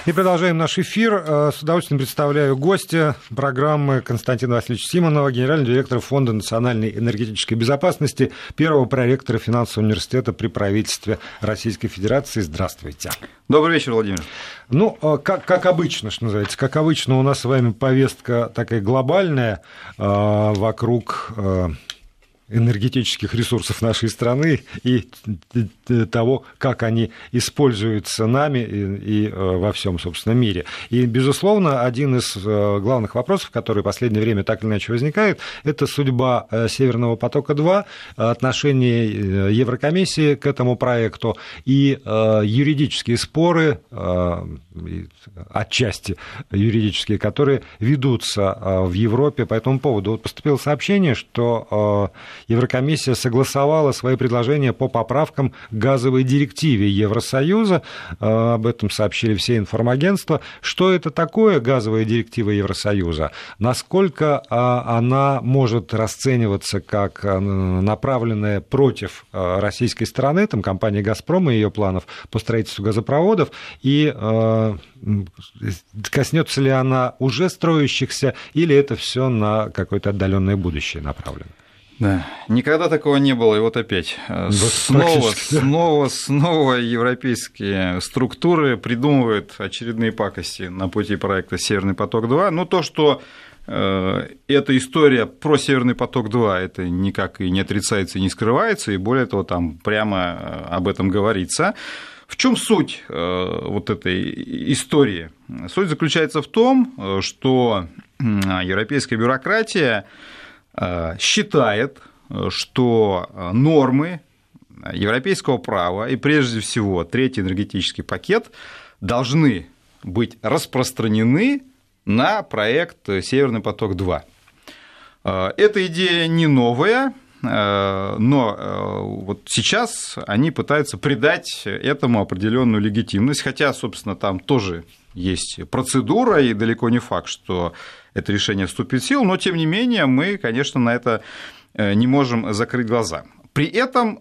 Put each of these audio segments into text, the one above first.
И продолжаем наш эфир. С удовольствием представляю гостя программы Константина Васильевича Симонова, генерального директора Фонда национальной энергетической безопасности, первого проректора финансового университета при правительстве Российской Федерации. Здравствуйте. Добрый вечер, Владимир. Ну, как обычно, что называется, как обычно у нас с вами повестка такая глобальная вокруг энергетических ресурсов нашей страны и того, как они используются нами и во всем, собственно, мире. И, безусловно, один из главных вопросов, которые в последнее время так или иначе возникают, это судьба Северного потока-2, отношение Еврокомиссии к этому проекту и юридические споры, отчасти юридические, которые ведутся в Европе по этому поводу. Вот поступило сообщение, что Еврокомиссия согласовала свои предложения по поправкам к газовой директиве Евросоюза. Об этом сообщили все информагентства. Что это такое газовая директива Евросоюза? Насколько она может расцениваться как направленная против российской стороны, там, компании «Газпром» и ее планов по строительству газопроводов, и коснется ли она уже строящихся, или это все на какое-то отдаленное будущее направлено? Да, никогда такого не было, и вот опять. Снова европейские структуры придумывают очередные пакости на пути проекта «Северный поток-2». Ну, то, что эта история про «Северный поток-2», это никак и не отрицается, и не скрывается, и более того, там прямо об этом говорится. В чем суть вот этой истории? Суть заключается в том, что европейская бюрократия считает, что нормы европейского права и, прежде всего, третий энергетический пакет должны быть распространены на проект «Северный поток-2». Эта идея не новая, но вот сейчас они пытаются придать этому определенную легитимность, хотя, собственно, там тоже есть процедура, и далеко не факт, что это решение вступит в силу, но, тем не менее, мы, конечно, на это не можем закрыть глаза. При этом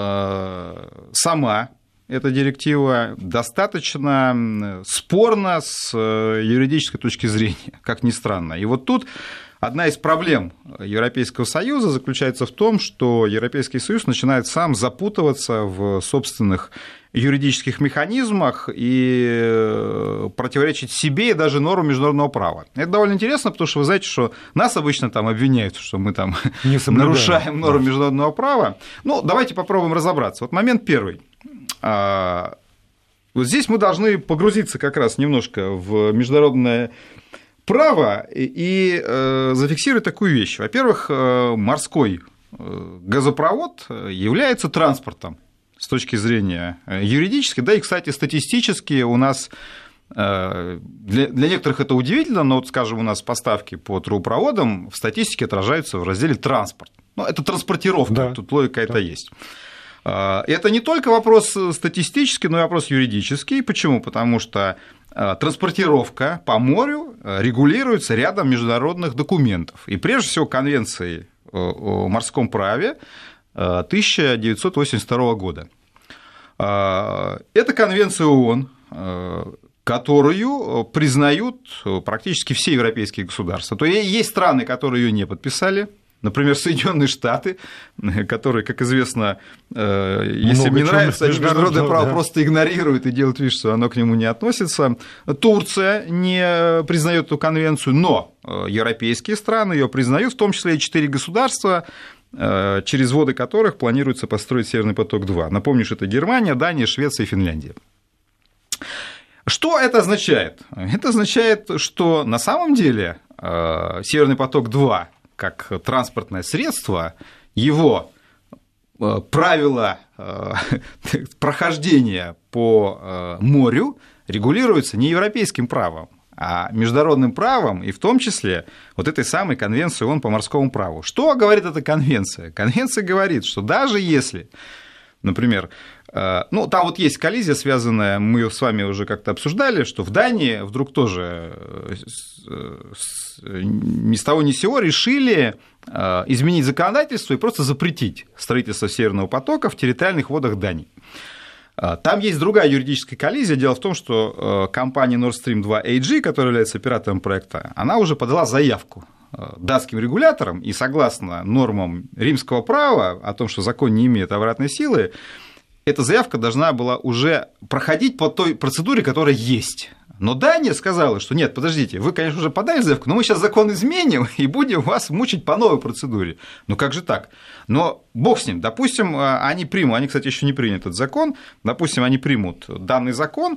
сама эта директива достаточно спорна с юридической точки зрения, как ни странно. И вот тут одна из проблем Европейского Союза заключается в том, что Европейский Союз начинает сам запутываться в собственных юридических механизмах и противоречить себе и даже нормам международного права. Это довольно интересно, потому что вы знаете, что нас обычно там обвиняют, что мы там нарушаем нормы международного права. Ну, давайте попробуем разобраться. Вот момент первый. Вот здесь мы должны погрузиться как раз немножко в международное право и зафиксировать такую вещь. Во-первых, морской газопровод является транспортом с точки зрения юридической, да и, кстати, статистически у нас, для некоторых это удивительно, но, вот, скажем, у нас поставки по трубопроводам в статистике отражаются в разделе «транспорт». Ну, это транспортировка, да, тут логика это есть. Это не только вопрос статистический, но и вопрос юридический. Почему? Потому что транспортировка по морю регулируется рядом международных документов. И прежде всего Конвенцией о морском праве 1982 года. Это конвенция ООН, которую признают практически все европейские государства. То есть страны, которые ее не подписали. Например, Соединенные Штаты, которые, как известно, если им не нравится, они международное право просто игнорируют и делают вид, что оно к нему не относится. Турция не признает эту конвенцию, но европейские страны ее признают, в том числе и 4 государства, через воды которых планируется построить «Северный поток-2». Напомню, что это Германия, Дания, Швеция и Финляндия. Что это означает? Это означает, что на самом деле «Северный поток-2» как транспортное средство, его правила прохождения по морю регулируются не европейским правом, а международным правом, и в том числе вот этой самой конвенцией ООН по морскому праву. Что говорит эта конвенция? Конвенция говорит, что даже если, например, ну, там вот есть коллизия, связанная, мы ее с вами уже как-то обсуждали, что в Дании вдруг тоже ни с того ни с сего решили изменить законодательство и просто запретить строительство Северного потока в территориальных водах Дании. Там есть другая юридическая коллизия. Дело в том, что компания Nord Stream 2 AG, которая является оператором проекта, она уже подала заявку датским регуляторам, и согласно нормам римского права о том, что закон не имеет обратной силы, эта заявка должна была уже проходить по той процедуре, которая есть. Но Дания сказала, что нет, подождите, вы, конечно, уже подали заявку, но мы сейчас закон изменим и будем вас мучить по новой процедуре. Ну как же так? Но бог с ним, допустим, они примут, они, кстати, еще не приняли этот закон, допустим, они примут данный закон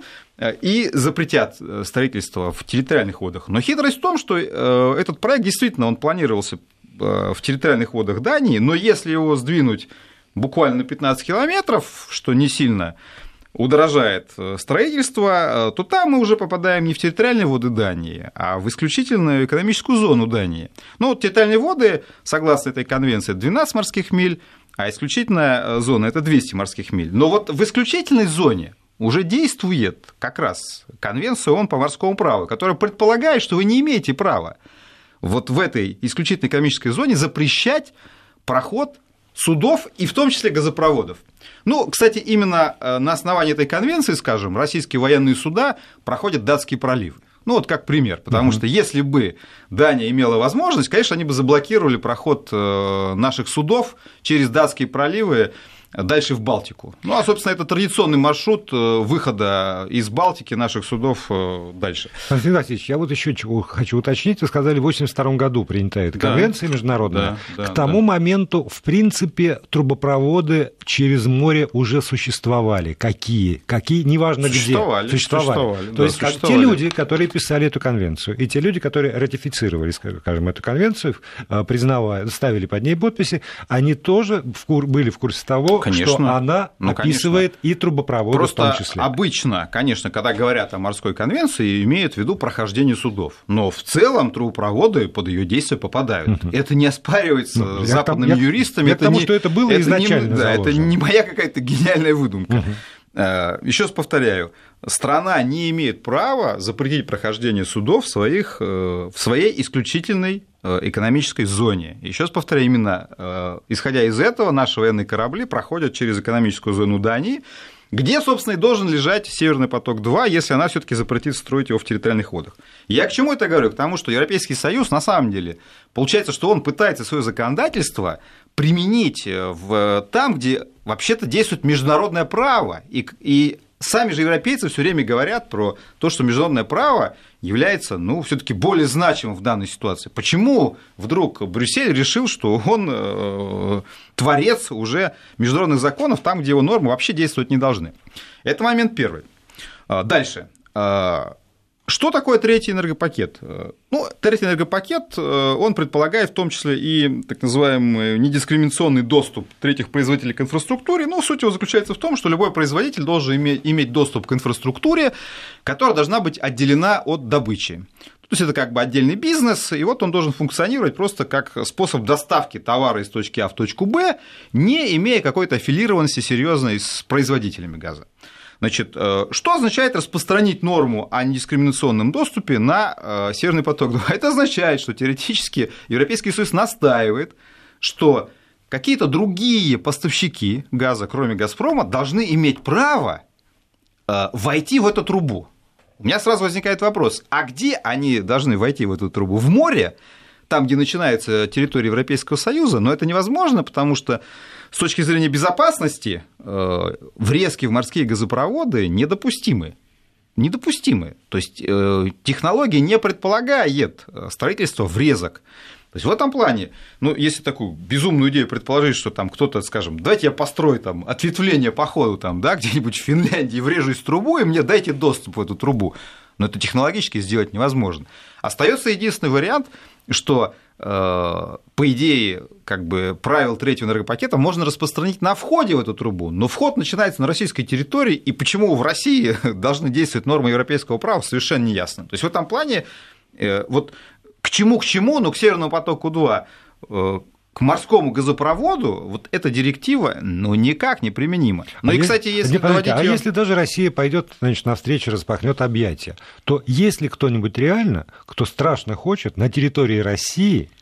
и запретят строительство в территориальных водах. Но хитрость в том, что этот проект действительно он планировался в территориальных водах Дании, но если его сдвинуть буквально на 15 километров, что не сильно удорожает строительство, то там мы уже попадаем не в территориальные воды Дании, а в исключительную экономическую зону Дании. Ну, вот территориальные воды, согласно этой конвенции, 12 морских миль, а исключительная зона – это 200 морских миль. Но вот в исключительной зоне уже действует как раз Конвенция ООН по морскому праву, которая предполагает, что вы не имеете права вот в этой исключительной экономической зоне запрещать проход судов и в том числе газопроводов. Ну, кстати, именно на основании этой конвенции, скажем, российские военные суда проходят датские проливы. Ну, вот как пример, потому что если бы Дания имела возможность, конечно, они бы заблокировали проход наших судов через датские проливы дальше в Балтику. Ну, а, собственно, это традиционный маршрут выхода из Балтики наших судов дальше. Константин Васильевич, я вот еще хочу уточнить. Вы сказали, в 1982 году принята эта конвенция международная. К тому моменту, в принципе, трубопроводы через море уже существовали. Какие? Неважно где. Существовали. То есть те люди, которые писали эту конвенцию, и те люди, которые ратифицировали, скажем, эту конвенцию, признавая, ставили под ней подписи, они тоже были в курсе того, конечно, что она описывает и трубопроводы просто в том числе. Обычно, конечно, когда говорят о морской конвенции, имеют в виду прохождение судов. Но в целом трубопроводы под ее действие попадают. Это не оспаривается западными юристами. Потому что это было изначально заложено. Это не моя какая-то гениальная выдумка. Еще раз повторяю, страна не имеет права запретить прохождение судов в своей исключительной экономической зоне. Еще раз повторяю, именно исходя из этого, наши военные корабли проходят через экономическую зону Дании, где, собственно, и должен лежать Северный поток-2, если она все-таки запретит строить его в территориальных водах. Я к чему это говорю? К тому, что Европейский Союз, на самом деле, получается, что он пытается свое законодательство применить там, где вообще-то действует международное право, и сами же европейцы все время говорят про то, что международное право является, все-таки более значимым в данной ситуации. Почему вдруг Брюссель решил, что он творец уже международных законов там, где его нормы вообще действовать не должны? Это момент первый. Дальше. Что такое третий энергопакет? Третий энергопакет, он предполагает в том числе и так называемый недискриминационный доступ третьих производителей к инфраструктуре. Суть его заключается в том, что любой производитель должен иметь доступ к инфраструктуре, которая должна быть отделена от добычи. То есть это как бы отдельный бизнес, и вот он должен функционировать просто как способ доставки товара из точки А в точку Б, не имея какой-то аффилированности серьезной с производителями газа. Значит, что означает распространить норму о недискриминационном доступе на Северный поток-2? Это означает, что теоретически Европейский Союз настаивает, что какие-то другие поставщики газа, кроме «Газпрома», должны иметь право войти в эту трубу. У меня сразу возникает вопрос, а где они должны войти в эту трубу? В море? Там, где начинается территория Европейского Союза, но это невозможно, потому что с точки зрения безопасности врезки в морские газопроводы недопустимы. То есть технология не предполагает строительство врезок. То есть в этом плане, если такую безумную идею предположить, что там кто-то, скажем, давайте я построю там ответвление по ходу где-нибудь в Финляндии, врежусь в трубу, и мне дайте доступ в эту трубу. Но это технологически сделать невозможно. Остается единственный вариант, что, по идее, правил третьего энергопакета можно распространить на входе в эту трубу, но вход начинается на российской территории, и почему в России должны действовать нормы европейского права, совершенно неясно. То есть в этом плане вот к чему, но к Северному потоку-2, к морскому газопроводу вот эта директива никак не применима. Кстати, если даже Россия пойдет, навстречу, распахнет объятия, то если кто-нибудь реально, кто страшно хочет, на территории России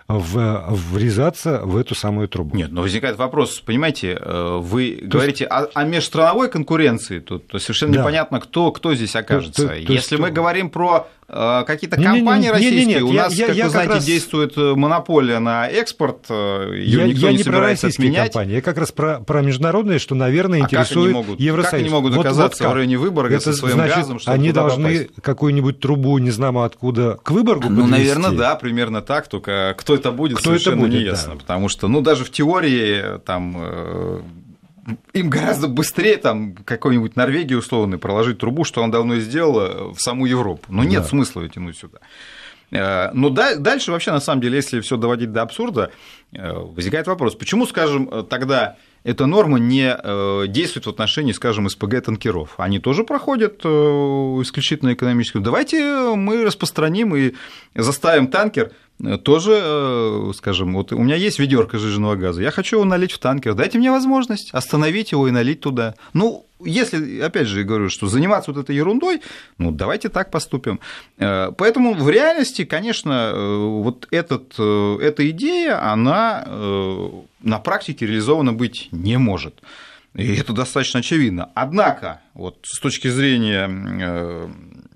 врезаться в эту самую трубу. Нет, но возникает вопрос, понимаете, вы говорите о межстрановой конкуренции, то совершенно непонятно, кто здесь окажется. Если мы говорим про какие-то компании российские, у нас, как вы знаете, действует монополия на экспорт, ее никто не собирается отменять. Компании. Я как раз про международные, что, наверное, интересует Евросоюз. Как они могут оказаться в районе Выборга со своим газом, чтобы они должны какую-нибудь трубу, не знаем откуда, к Выборгу подвести? Наверное, да, примерно так, только кто это будет, совершенно неясно. Да. Потому что, даже в теории там им гораздо быстрее там какой-нибудь Норвегии условно проложить трубу, что он давно и сделал, в саму Европу. Но нет смысла ее тянуть сюда. Но дальше вообще, на самом деле, если все доводить до абсурда, возникает вопрос, почему, скажем, тогда эта норма не действует в отношении, скажем, СПГ-танкеров? Они тоже проходят исключительно экономическую. Давайте мы распространим и заставим танкер тоже, скажем, вот у меня есть ведерко сжиженного газа, я хочу его налить в танкер, дайте мне возможность остановить его и налить туда. Если, опять же, я говорю, что заниматься вот этой ерундой, давайте так поступим. Поэтому в реальности, конечно, вот эта идея, она на практике реализована быть не может. И это достаточно очевидно. Однако, вот с точки зрения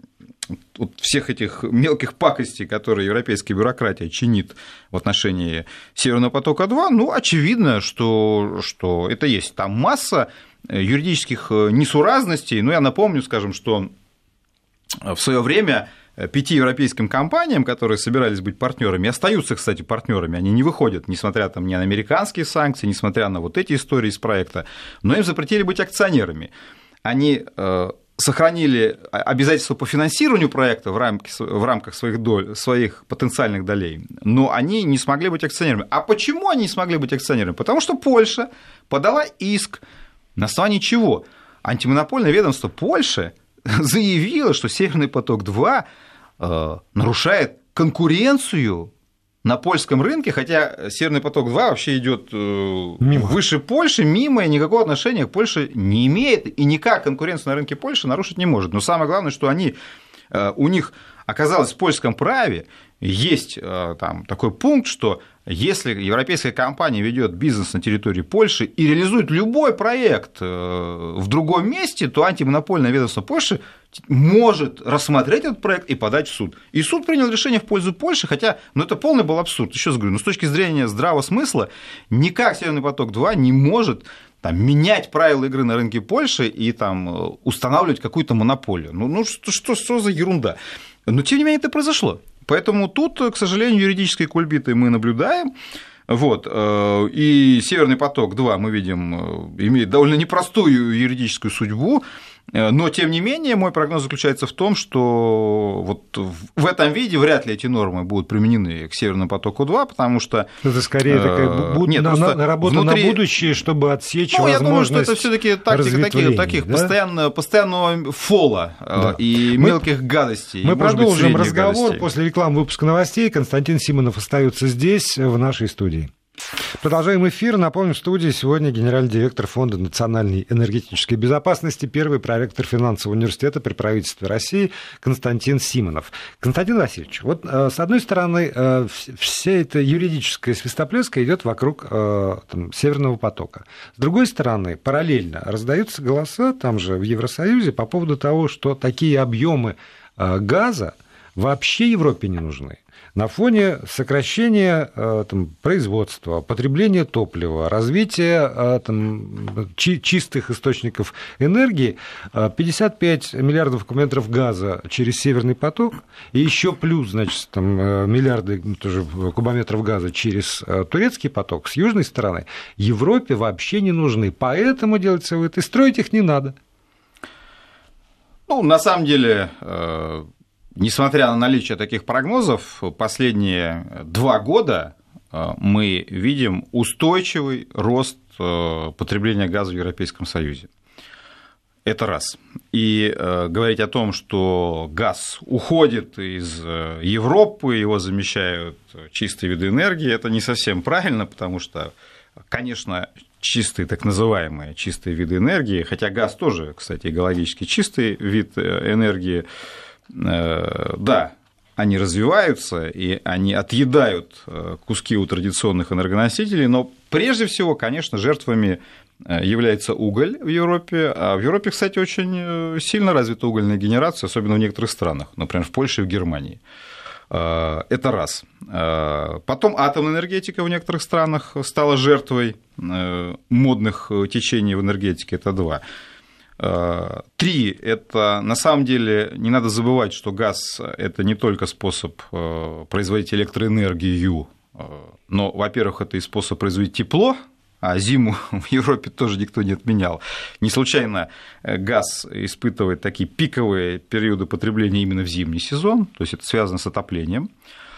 всех этих мелких пакостей, которые европейская бюрократия чинит в отношении Северного потока-2, очевидно, что это есть. Там масса юридических несуразностей. Я напомню, скажем, что в свое время 5 европейским компаниям, которые собирались быть партнерами, остаются, кстати, партнерами, они не выходят, несмотря ни на американские санкции, несмотря на вот эти истории из проекта, но им запретили быть акционерами. Они сохранили обязательства по финансированию проекта в рамках своих потенциальных долей, но они не смогли быть акционерами. А почему они не смогли быть акционерами? Потому что Польша подала иск, на основании чего? Антимонопольное ведомство Польши заявило, что Северный поток-2 нарушает конкуренцию на польском рынке, хотя Северный поток-2 вообще идет выше Польши, мимо, и никакого отношения к Польше не имеет, и никак конкуренцию на рынке Польши нарушить не может. Но самое главное, что у них оказалось в польском праве есть там такой пункт, что если европейская компания ведет бизнес на территории Польши и реализует любой проект в другом месте, то антимонопольное ведомство Польши может рассмотреть этот проект и подать в суд. И суд принял решение в пользу Польши, хотя это полный был абсурд. Еще раз говорю, с точки зрения здравого смысла, никак Северный поток-2 не может менять правила игры на рынке Польши и устанавливать какую-то монополию. Что за ерунда? Но, тем не менее, это произошло. Поэтому тут, к сожалению, юридической кульбиты мы наблюдаем. И Северный поток-2, мы видим, имеет довольно непростую юридическую судьбу. Но, тем не менее, мой прогноз заключается в том, что вот в этом виде вряд ли эти нормы будут применены к Северному потоку-2, потому что... Это скорее такая работа на будущее, чтобы отсечь возможность. Я думаю, что это все-таки тактика таких постоянного фола и мелких гадостей. Мы продолжим разговор после рекламы выпуска новостей. Константин Симонов остается здесь, в нашей студии. Продолжаем эфир. Напомню, в студии сегодня генеральный директор Фонда национальной энергетической безопасности, первый проректор финансового университета при правительстве России Константин Симонов. Константин Васильевич, с одной стороны, вся эта юридическая свистоплеска идет вокруг Северного потока. С другой стороны, параллельно раздаются голоса там же в Евросоюзе по поводу того, что такие объемы газа вообще Европе не нужны. На фоне сокращения производства, потребления топлива, развития чистых источников энергии, 55 миллиардов кубометров газа через Северный поток, и еще плюс, миллиарды тоже кубометров газа через турецкий поток с южной стороны, Европе вообще не нужны. Поэтому делается вывод, и строить их не надо. На самом деле... Несмотря на наличие таких прогнозов, последние 2 года мы видим устойчивый рост потребления газа в Европейском Союзе. Это раз. И говорить о том, что газ уходит из Европы, его замещают чистые виды энергии, это не совсем правильно, потому что, конечно, чистые, так называемые чистые виды энергии, хотя газ тоже, кстати, экологически чистый вид энергии, да, они развиваются, и они отъедают куски у традиционных энергоносителей, но прежде всего, конечно, жертвами является уголь в Европе, а в Европе, кстати, очень сильно развита угольная генерация, особенно в некоторых странах, например, в Польше и в Германии. Это раз. Потом атомная энергетика в некоторых странах стала жертвой модных течений в энергетике, это два. Три, это на самом деле не надо забывать, что газ – это не только способ производить электроэнергию, но, во-первых, это и способ производить тепло, а зиму в Европе тоже никто не отменял. Не случайно газ испытывает такие пиковые периоды потребления именно в зимний сезон, то есть это связано с отоплением.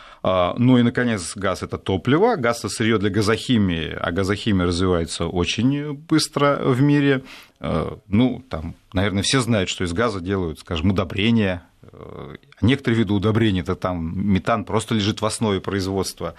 Ну и, наконец, газ – это топливо, газ – это сырье для газохимии, а газохимия развивается очень быстро в мире. Ну, там, наверное, все знают, что из газа делают, скажем, удобрения. Некоторые виды удобрений – это там метан просто лежит в основе производства.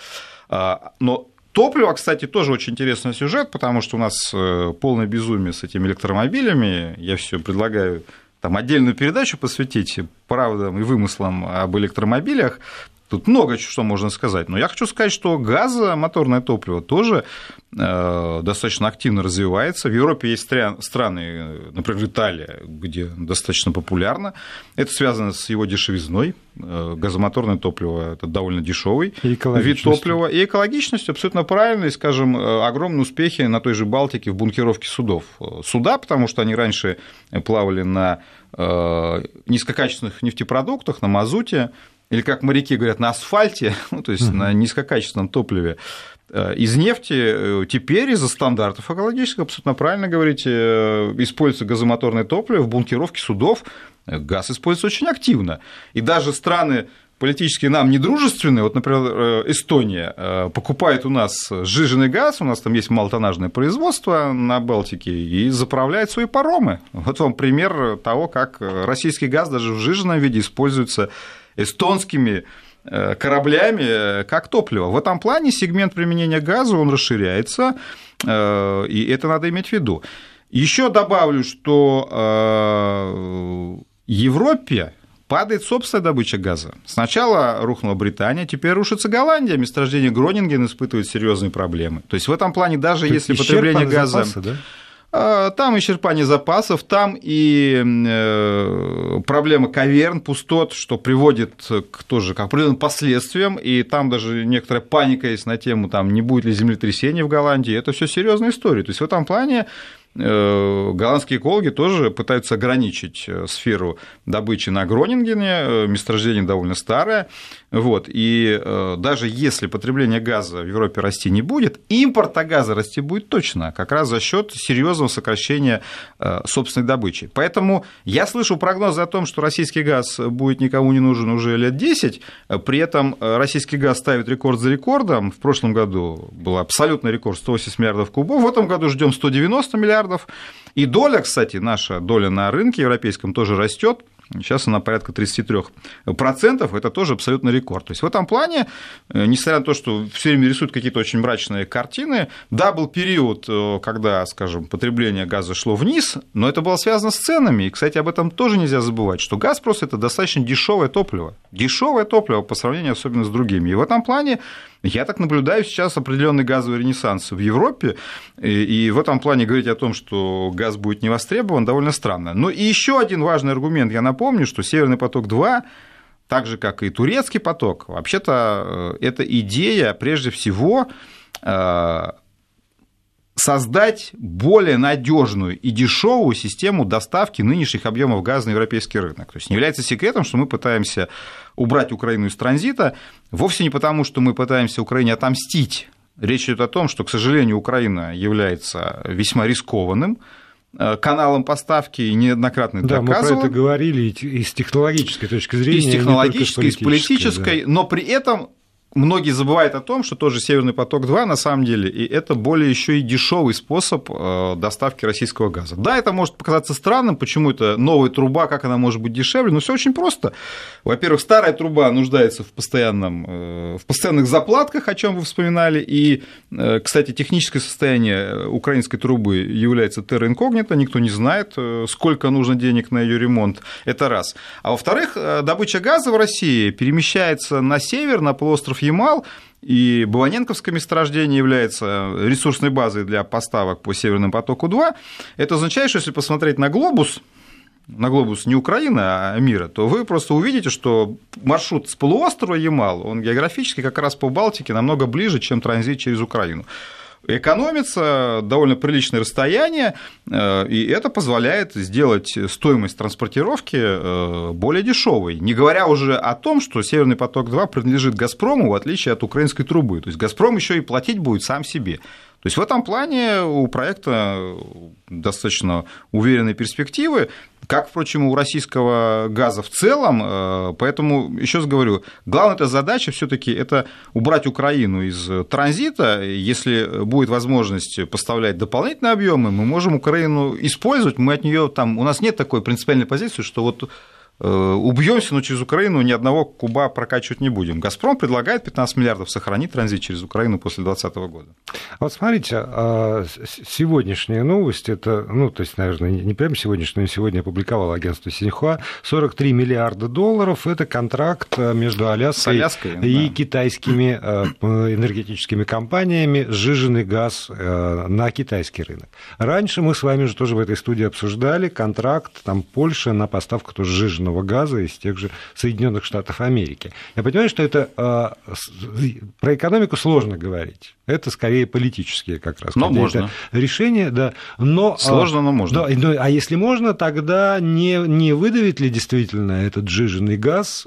Но топливо, кстати, тоже очень интересный сюжет, потому что у нас полное безумие с этими электромобилями. Я все предлагаю там отдельную передачу посвятить правдам и вымыслам об электромобилях. Тут много что можно сказать, но я хочу сказать, что газомоторное топливо тоже достаточно активно развивается. В Европе есть страны, например, Италия, где достаточно популярно. Это связано с его дешевизной. Газомоторное топливо – это довольно дешевый вид топлива. И экологичностью абсолютно правильно. И, скажем, огромные успехи на той же Балтике в бункеровке судов. Суда, потому что они раньше плавали на низкокачественных нефтепродуктах, на мазуте, или, как моряки говорят, на асфальте, ну, то есть на низкокачественном топливе из нефти, теперь из-за стандартов экологических, абсолютно правильно говорите, используется газомоторное топливо в бункеровке судов, газ используется очень активно. И даже страны политически нам недружественные, вот, например, Эстония покупает у нас сжиженный газ, у нас там есть малотоннажное производство на Балтике, и заправляет свои паромы. Вот вам пример того, как российский газ даже в сжиженном виде используется эстонскими кораблями как топливо. В этом плане сегмент применения газа, он расширяется, и это надо иметь в виду. Еще добавлю, что в Европе падает собственная добыча газа. Сначала рухнула Британия, теперь рушится Голландия, месторождение Гронинген испытывает серьезные проблемы. То есть в этом плане даже если потребление газа... Запасы, да? Там исчерпание запасов, там и проблема каверн, пустот, что приводит тоже к определенным последствиям, и там даже некоторая паника есть на тему, там, не будет ли землетрясения в Голландии. Это все серьезная история. То есть в этом плане голландские экологи тоже пытаются ограничить сферу добычи на Гронингене, месторождение довольно старое, вот, и даже если потребление газа в Европе расти не будет, импорта газа расти будет точно, как раз за счет серьезного сокращения собственной добычи. Поэтому я слышу прогнозы о том, что российский газ будет никому не нужен уже лет 10, при этом российский газ ставит рекорд за рекордом, в прошлом году был абсолютный рекорд 180 миллиардов кубов, в этом году ждем 190 миллиардов. И доля, кстати, наша доля на рынке европейском тоже растет. Сейчас она порядка 33%. Это тоже абсолютно рекорд. То есть в этом плане, несмотря на то, что все время рисуют какие-то очень мрачные картины, да, был период, когда, скажем, потребление газа шло вниз, но это было связано с ценами. И, кстати, об этом тоже нельзя забывать, что газ просто это достаточно дешевое топливо. Дешевое топливо по сравнению особенно с другими. И в этом плане я так наблюдаю сейчас определенный газовый ренессанс в Европе, и в этом плане говорить о том, что газ будет не востребован, довольно странно. Ну и еще один важный аргумент, я напомню, что «Северный поток-2», так же, как и турецкий поток, вообще-то это идея, прежде всего, создать более надежную и дешевую систему доставки нынешних объемов газа на европейский рынок. То есть не является секретом, что мы пытаемся убрать Украину из транзита, вовсе не потому, что мы пытаемся Украине отомстить. Речь идет о том, что, к сожалению, Украина является весьма рискованным каналом поставки, и неоднократно это доказывал. Да, мы про это говорили и с технологической точки зрения, и с технологической, и с политической, да. Но при этом многие забывают о том, что тоже «Северный поток-2» на самом деле, и это более еще и дешевый способ доставки российского газа. Да, это может показаться странным, почему это новая труба, как она может быть дешевле, но все очень просто. Во-первых, старая труба нуждается в постоянных заплатках, о чем вы вспоминали, и, кстати, техническое состояние украинской трубы является терра инкогнито, никто не знает, сколько нужно денег на ее ремонт, это раз. А во-вторых, добыча газа в России перемещается на север, на полуостров Ямал, и Баваненковское месторождение является ресурсной базой для поставок по Северному потоку-2. Это означает, что если посмотреть на глобус не Украины, а мира, то вы просто увидите, что маршрут с полуострова Ямал, он географически как раз по Балтике намного ближе, чем транзит через Украину. Экономится довольно приличное расстояние, и это позволяет сделать стоимость транспортировки более дешевой. Не говоря уже о том, что «Северный поток-2» принадлежит «Газпрому», в отличие от украинской трубы. То есть «Газпром» еще и платить будет сам себе. То есть в этом плане у проекта достаточно уверенные перспективы, как, впрочем, у российского газа в целом. Поэтому, еще раз говорю, главная эта задача все-таки это убрать Украину из транзита. Если будет возможность поставлять дополнительные объемы, мы можем Украину использовать. Мы от нее там, у нас нет такой принципиальной позиции, что вот убьемся, но через Украину ни одного куба прокачивать не будем. «Газпром» предлагает 15 миллиардов сохранить транзит через Украину после 2020 года. Вот смотрите, сегодняшняя новость, это, то есть, наверное, не прямо сегодняшняя, но сегодня опубликовало агентство Синьхуа, $43 миллиарда, это контракт между Аляской и китайскими энергетическими компаниями, сжиженный газ на китайский рынок. Раньше мы с вами же тоже в этой студии обсуждали контракт Польши на поставку тоже сжиженного газа из тех же Соединенных Штатов Америки. Я понимаю, что это про экономику сложно говорить. Это скорее политические как раз можно. Решения. Да. Но, сложно, но можно. А если можно, тогда не выдавит ли действительно этот сжиженный газ,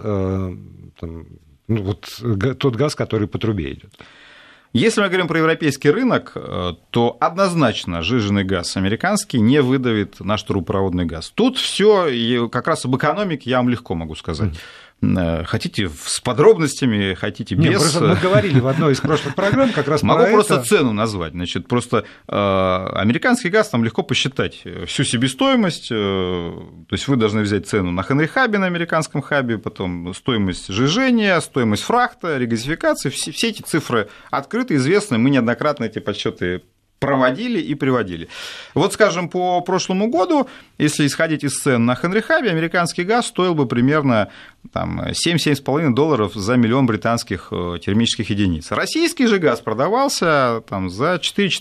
тот газ, который по трубе идет? Если мы говорим про европейский рынок, то однозначно сжиженный газ американский не выдавит наш трубопроводный газ. Тут все как раз об экономике я вам легко могу сказать. Хотите с подробностями, хотите без. Просто мы говорили в одной из прошлых программ как раз могу про просто это. Цену назвать. Значит, просто американский газ там легко посчитать всю себестоимость. То есть вы должны взять цену на Henry Hub, на американском хабе, потом стоимость сжижения, стоимость фрахта, регазификации. Все эти цифры открыты, известны. Мы неоднократно эти подсчеты проводили и приводили. Вот, скажем, по прошлому году, если исходить из цен на Henry Hub, американский газ стоил бы примерно $7-7,5 за миллион британских термических единиц. Российский же газ продавался за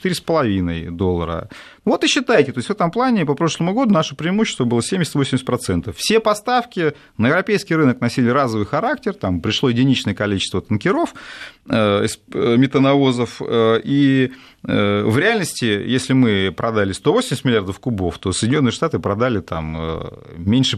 $4-4,5. Вот и считайте, то есть в этом плане по прошлому году наше преимущество было 70-80%. Все поставки на европейский рынок носили разовый характер, там пришло единичное количество танкеров, метановозов, и в реальности, если мы продали 180 миллиардов кубов, то Соединенные Штаты продали меньше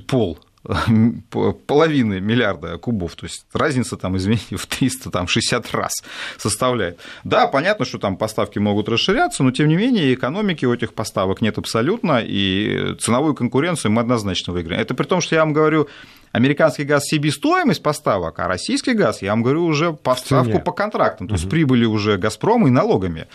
половины миллиарда кубов, то есть разница, извините, в 360 раз составляет. Да, понятно, что там поставки могут расширяться, но тем не менее экономики у этих поставок нет абсолютно, и ценовую конкуренцию мы однозначно выиграем. Это при том, что я вам говорю, американский газ себестоимость поставок, а российский газ, я вам говорю, уже поставку по контрактам, то есть прибыли уже «Газпрома» и налогами.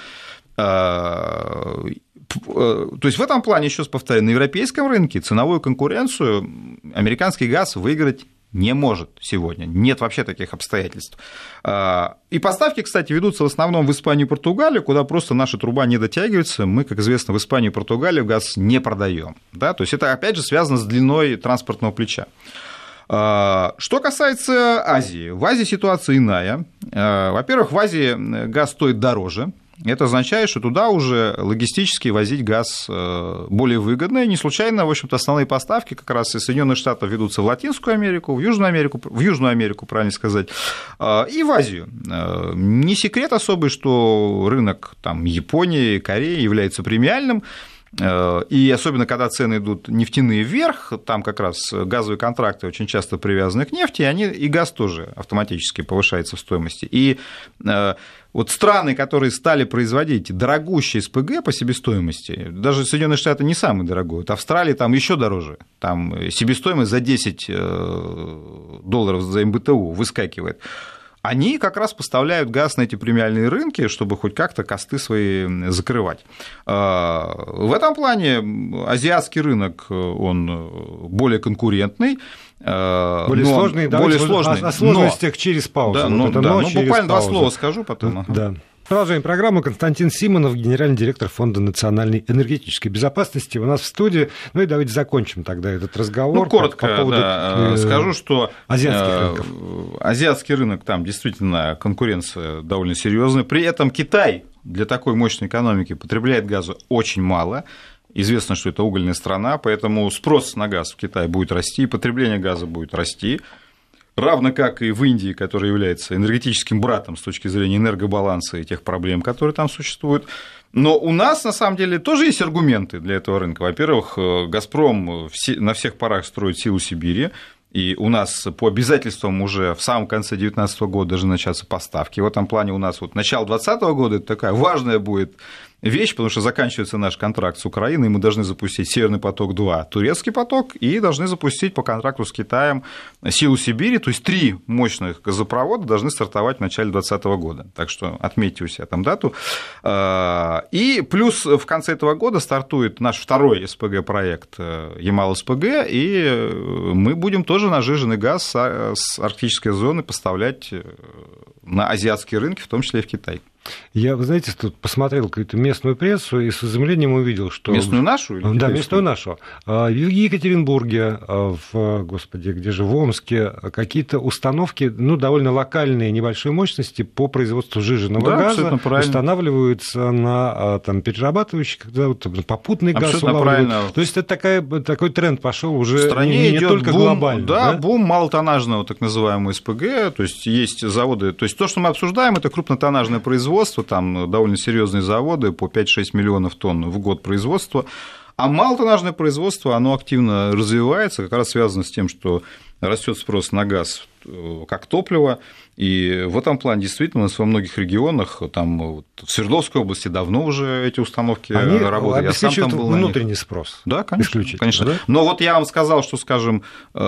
То есть в этом плане, еще раз повторяю, на европейском рынке ценовую конкуренцию американский газ выиграть не может сегодня. Нет вообще таких обстоятельств. И поставки, кстати, ведутся в основном в Испанию и Португалию, куда просто наша труба не дотягивается. Мы, как известно, в Испанию и Португалию газ не продаем. Да? То есть это, опять же, связано с длиной транспортного плеча. Что касается Азии. В Азии ситуация иная. Во-первых, в Азии газ стоит дороже. Это означает, что туда уже логистически возить газ более выгодно. И не случайно, в общем-то, основные поставки как раз из Соединенных Штатов ведутся в Латинскую Америку, в Южную Америку, правильно сказать, и в Азию. Не секрет особый, что рынок Японии, Кореи является премиальным. И особенно, когда цены идут нефтяные вверх, там как раз газовые контракты очень часто привязаны к нефти, и газ тоже автоматически повышается в стоимости. И вот страны, которые стали производить дорогущие СПГ по себестоимости, даже Соединенные Штаты не самый дорогой, вот Австралия там еще дороже, там себестоимость за $10 за МБТУ выскакивает. они как раз поставляют газ на эти премиальные рынки, чтобы хоть как-то косты свои закрывать. В этом плане азиатский рынок, он более конкурентный, более сложный. О сложностях через паузу. Буквально два слова скажу потом. Да. Продолжаем программу. Константин Симонов, генеральный директор Фонда национальной энергетической безопасности, у нас в студии. Ну и давайте закончим тогда этот разговор. Коротко по поводу, скажу, что азиатский рынок, там действительно конкуренция довольно серьезная. При этом Китай для такой мощной экономики потребляет газа очень мало. Известно, что это угольная страна, поэтому спрос на газ в Китае будет расти, и потребление газа будет расти. Равно как и в Индии, которая является энергетическим братом с точки зрения энергобаланса и тех проблем, которые там существуют. Но у нас, на самом деле, тоже есть аргументы для этого рынка. Во-первых, «Газпром» на всех парах строит «Силу Сибири», и у нас по обязательствам уже в самом конце 2019 года должны начаться поставки. В этом плане у нас начало 2020 года – это такая важная будет вещь, потому что заканчивается наш контракт с Украиной, и мы должны запустить «Северный поток-2», турецкий поток, и должны запустить по контракту с Китаем «Силу Сибири», то есть 3 мощных газопровода должны стартовать в начале 2020 года. Так что отметьте у себя там дату. И плюс в конце этого года стартует наш второй СПГ-проект «Ямал-СПГ», и мы будем тоже нажиженный газ с арктической зоны поставлять на азиатские рынки, в том числе и в Китай. Я, вы знаете, тут посмотрел какую-то местную прессу и с изумлением увидел, что... Местную нашу? Или да, местную нашу. В Екатеринбурге, где же, в Омске, какие-то установки, довольно локальные, небольшой мощности по производству сжиженного газа устанавливаются на перерабатывающих, попутный газ улавливают. То есть это такой тренд пошел уже в стране, не только глобально. Да, бум малотоннажного так называемого СПГ, то есть есть заводы, то есть то, что мы обсуждаем, это крупнотоннажное производство, там довольно серьезные заводы по 5-6 миллионов тонн в год производства, а малотоннажное производство, оно активно развивается, как раз связано с тем, что растет спрос на газ как топливо, и в этом плане действительно у нас во многих регионах, там в Свердловской области давно уже эти установки работают. Я сам там был внутренний спрос. Да, конечно. Да? Но вот я вам сказал, что, скажем,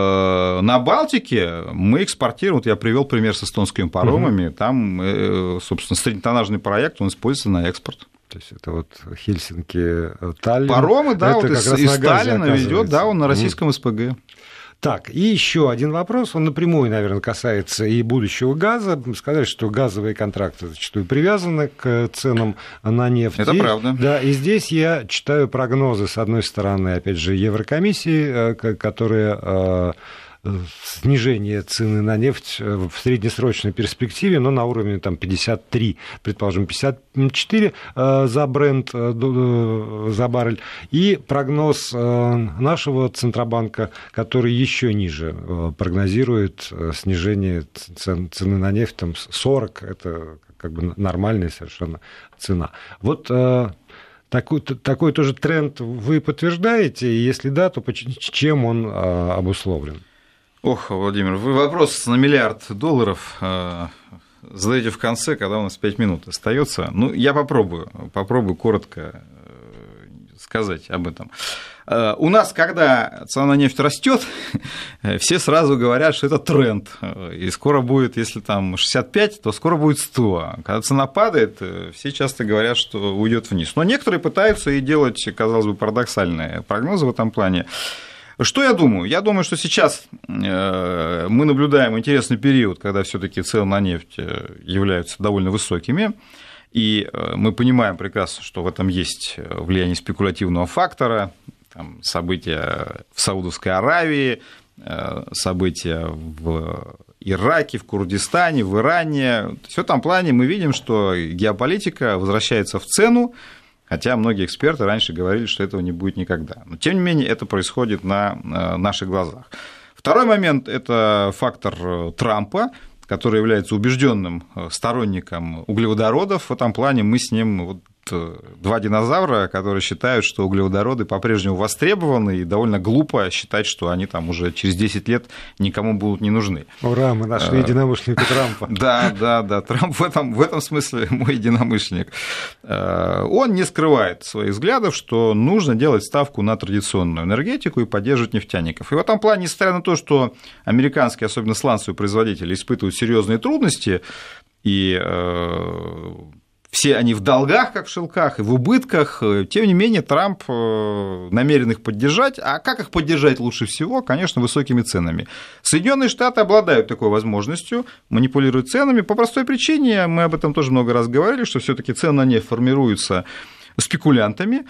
на Балтике мы экспортируем, я привел пример с эстонскими паромами, там, собственно, среднетоннажный проект, он используется на экспорт. То есть это Хельсинки, Таллин. Паромы, да, из Таллина ведет, да, он на российском СПГ. Так, и еще один вопрос, он напрямую, наверное, касается и будущего газа. Сказали, что газовые контракты зачастую привязаны к ценам на нефть. Это правда. Да, и здесь я читаю прогнозы, с одной стороны, опять же, Еврокомиссии, которая снижение цены на нефть в среднесрочной перспективе, но на уровне 53, предположим, 54 за Брент, за баррель, и прогноз нашего Центробанка, который еще ниже прогнозирует снижение цены на нефть, 40, это нормальная совершенно цена. Такой тоже тренд вы подтверждаете, и если да, то чем он обусловлен? Ох, Владимир, вы вопрос на $1 миллиард задаете в конце, когда у нас 5 минут остается. Я попробую коротко сказать об этом. У нас, когда цена на нефть растет, все сразу говорят, что это тренд, и скоро будет, если там 65, то скоро будет 100. Когда цена падает, все часто говорят, что уйдет вниз. Но некоторые пытаются и делать, казалось бы, парадоксальные прогнозы в этом плане. Что я думаю? Я думаю, что сейчас мы наблюдаем интересный период, когда все-таки цены на нефть являются довольно высокими, и мы понимаем прекрасно, что в этом есть влияние спекулятивного фактора, события в Саудовской Аравии, события в Ираке, в Курдистане, в Иране. То есть в этом плане мы видим, что геополитика возвращается в цену, хотя многие эксперты раньше говорили, что этого не будет никогда. Но, тем не менее, это происходит на наших глазах. Второй момент – это фактор Трампа, который является убежденным сторонником углеводородов. В этом плане мы с ним два динозавра, которые считают, что углеводороды по-прежнему востребованы, и довольно глупо считать, что они там уже через 10 лет никому будут не нужны. Ура, мы нашли единомышленника Трампа. Да, Трамп в этом смысле мой единомышленник. Он не скрывает своих взглядов, что нужно делать ставку на традиционную энергетику и поддерживать нефтяников. И в этом плане, несмотря на то, что американские, особенно сланцевые производители, испытывают серьезные трудности, и все они в долгах, как в шелках, и в убытках. Тем не менее, Трамп намерен их поддержать. А как их поддержать лучше всего? Конечно, высокими ценами. Соединенные Штаты обладают такой возможностью, манипулируют ценами. По простой причине, мы об этом тоже много раз говорили, что все-таки цены на нефть формируются спекулянтами.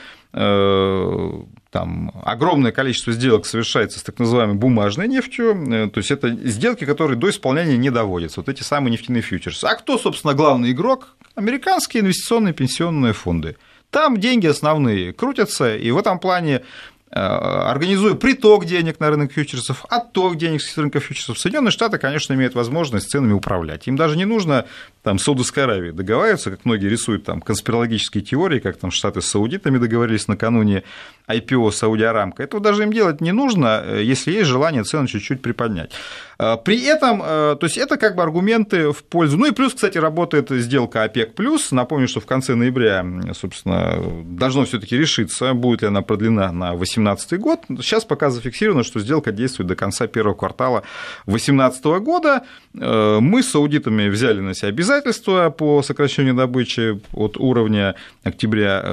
Там огромное количество сделок совершается с так называемой бумажной нефтью, то есть это сделки, которые до исполнения не доводятся, вот эти самые нефтяные фьючерсы. А кто, собственно, главный игрок? Американские инвестиционные пенсионные фонды. Там деньги основные крутятся, и в этом плане, организуя приток денег на рынок фьючерсов, отток денег с рынка фьючерсов, Соединенные Штаты, конечно, имеют возможность ценами управлять. Им даже не нужно там, с Саудовской Аравией договариваться, как многие рисуют там, конспирологические теории, как там Штаты с саудитами договорились накануне IPO Сауди Арамко. Этого даже им делать не нужно, если есть желание цены чуть-чуть приподнять. При этом, то есть это как бы аргументы в пользу. Ну и плюс, кстати, работает сделка ОПЕК+. Напомню, что в конце ноября, собственно, должно все-таки решиться, будет ли она продлена на 2018 год. Сейчас пока зафиксировано, что сделка действует до конца первого квартала 2018 года. Мы с саудитами взяли на себя обязательства по сокращению добычи от уровня октября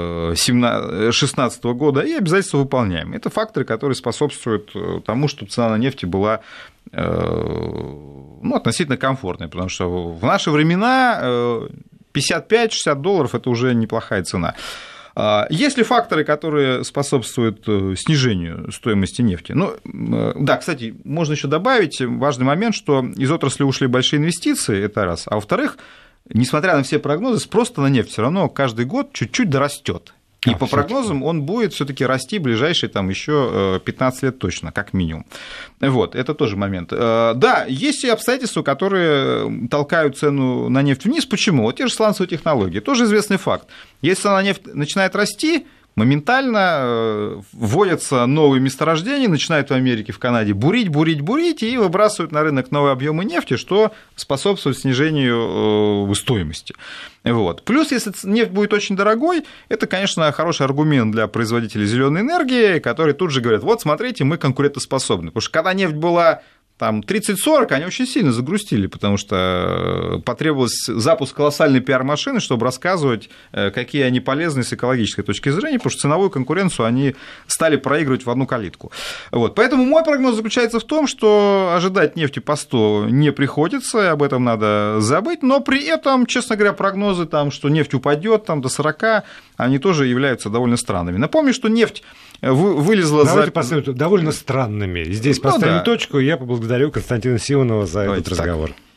2016 года, и обязательства выполняем. Это факторы, которые способствуют тому, чтобы цена на нефть была относительно комфортной, потому что в наши времена $55-60 – это уже неплохая цена. Есть ли факторы, которые способствуют снижению стоимости нефти? Ну, да, кстати, можно еще добавить важный момент, что из отрасли ушли большие инвестиции, это раз, а во-вторых, несмотря на все прогнозы, спрос на нефть все равно каждый год чуть-чуть дорастет. И по прогнозам он будет все-таки расти ближайшие там, еще 15 лет точно, как минимум. Вот, это тоже момент. Да, есть и обстоятельства, которые толкают цену на нефть вниз. Почему? Вот те же сланцевые технологии. Тоже известный факт. Если цена на нефть начинает расти, моментально вводятся новые месторождения, начинают в Америке, в Канаде бурить, и выбрасывают на рынок новые объемы нефти, что способствует снижению стоимости. Вот. Плюс, если нефть будет очень дорогой, это, конечно, хороший аргумент для производителей зеленой энергии, которые тут же говорят, вот, смотрите, мы конкурентоспособны. Потому что когда нефть была там 30-40, они очень сильно загрустили, потому что потребовалось запуск колоссальной пиар-машины, чтобы рассказывать, какие они полезны с экологической точки зрения, потому что ценовую конкуренцию они стали проигрывать в одну калитку. Вот. Поэтому мой прогноз заключается в том, что ожидать нефти по 100 не приходится, об этом надо забыть, но при этом, честно говоря, прогнозы, там, что нефть упадет там, до 40, они тоже являются довольно странными. Напомню, что нефть вылезла Давайте посмотрим, довольно странными. Здесь поставим точку, и я поблагодарю Константина Симонова за этот разговор.